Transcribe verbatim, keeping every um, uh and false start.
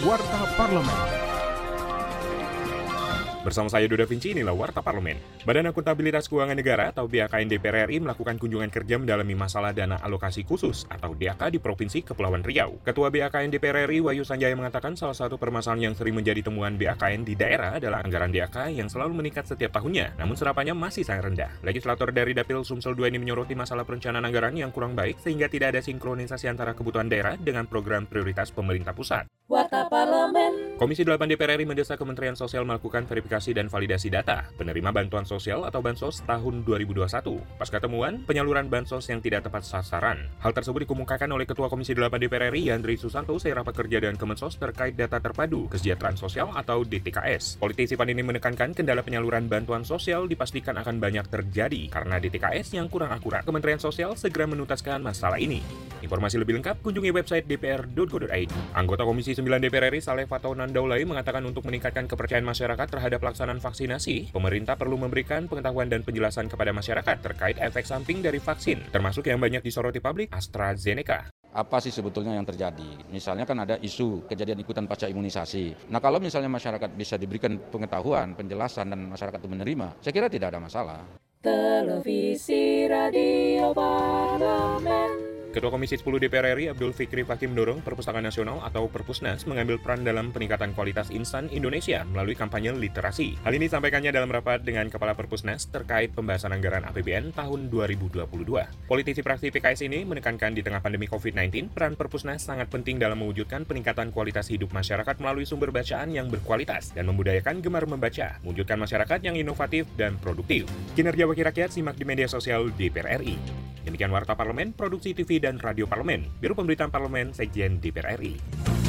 Warta Parlemen. Bersama saya Duda Vinci, inilah Warta Parlemen. Badan Akuntabilitas Keuangan Negara atau B A K N D P R R I melakukan kunjungan kerja mendalami masalah dana alokasi khusus atau D A K di Provinsi Kepulauan Riau. Ketua B A K N D P R R I Wahyu Sanjaya mengatakan salah satu permasalahan yang sering menjadi temuan B A K N di daerah adalah anggaran D A K yang selalu meningkat setiap tahunnya, namun serapannya masih sangat rendah. Legislator dari Dapil Sumsel dua ini menyoroti masalah perencanaan anggaran yang kurang baik sehingga tidak ada sinkronisasi antara kebutuhan daerah dengan program prioritas pemerintah pusat. Warta Parlemen. Komisi delapan D P R R I mendesak Kementerian Sosial melakukan verifikasi dan validasi data penerima bantuan sosial atau Bansos tahun dua ribu dua puluh satu. Pasca temuan penyaluran Bansos yang tidak tepat sasaran. Hal tersebut dikemukakan oleh Ketua Komisi delapan D P R R I Yandri Susanto usai rapat kerja dengan Kemensos terkait data terpadu kesejahteraan sosial atau D T K S. Politisi PAN ini menekankan kendala penyaluran bantuan sosial dipastikan akan banyak terjadi karena D T K S yang kurang akurat. Kementerian Sosial segera menuntaskan masalah ini. Informasi lebih lengkap kunjungi website d p r dot go dot i d. Anggota Komisi sembilan D P R R I Saleh Fatou Nandaulay mengatakan untuk meningkatkan kepercayaan masyarakat terhadap pelaksanaan vaksinasi, pemerintah perlu memberikan pengetahuan dan penjelasan kepada masyarakat terkait efek samping dari vaksin, termasuk yang banyak disoroti publik, AstraZeneca. Apa sih sebetulnya yang terjadi? Misalnya kan ada isu kejadian ikutan pasca imunisasi. Nah kalau misalnya masyarakat bisa diberikan pengetahuan, penjelasan dan masyarakat itu menerima, saya kira tidak ada masalah. Televisi Radio Parlemen. Ketua Komisi sepuluh D P R R I Abdul Fikri Fakih mendorong Perpustakaan Nasional atau Perpusnas mengambil peran dalam peningkatan kualitas insan Indonesia melalui kampanye literasi. Hal ini disampaikannya dalam rapat dengan Kepala Perpusnas terkait pembahasan anggaran A P B N tahun dua ribu dua puluh dua. Politisi fraksi P K S ini menekankan di tengah pandemi covid sembilan belas, peran Perpusnas sangat penting dalam mewujudkan peningkatan kualitas hidup masyarakat melalui sumber bacaan yang berkualitas dan membudayakan gemar membaca, mewujudkan masyarakat yang inovatif dan produktif. Kinerja Wakil Rakyat simak di media sosial D P R R I. Demikian Warta Parlemen, Produksi T V dan Radio Parlemen, Biro Pemberitaan Parlemen, Sekjen D P R R I.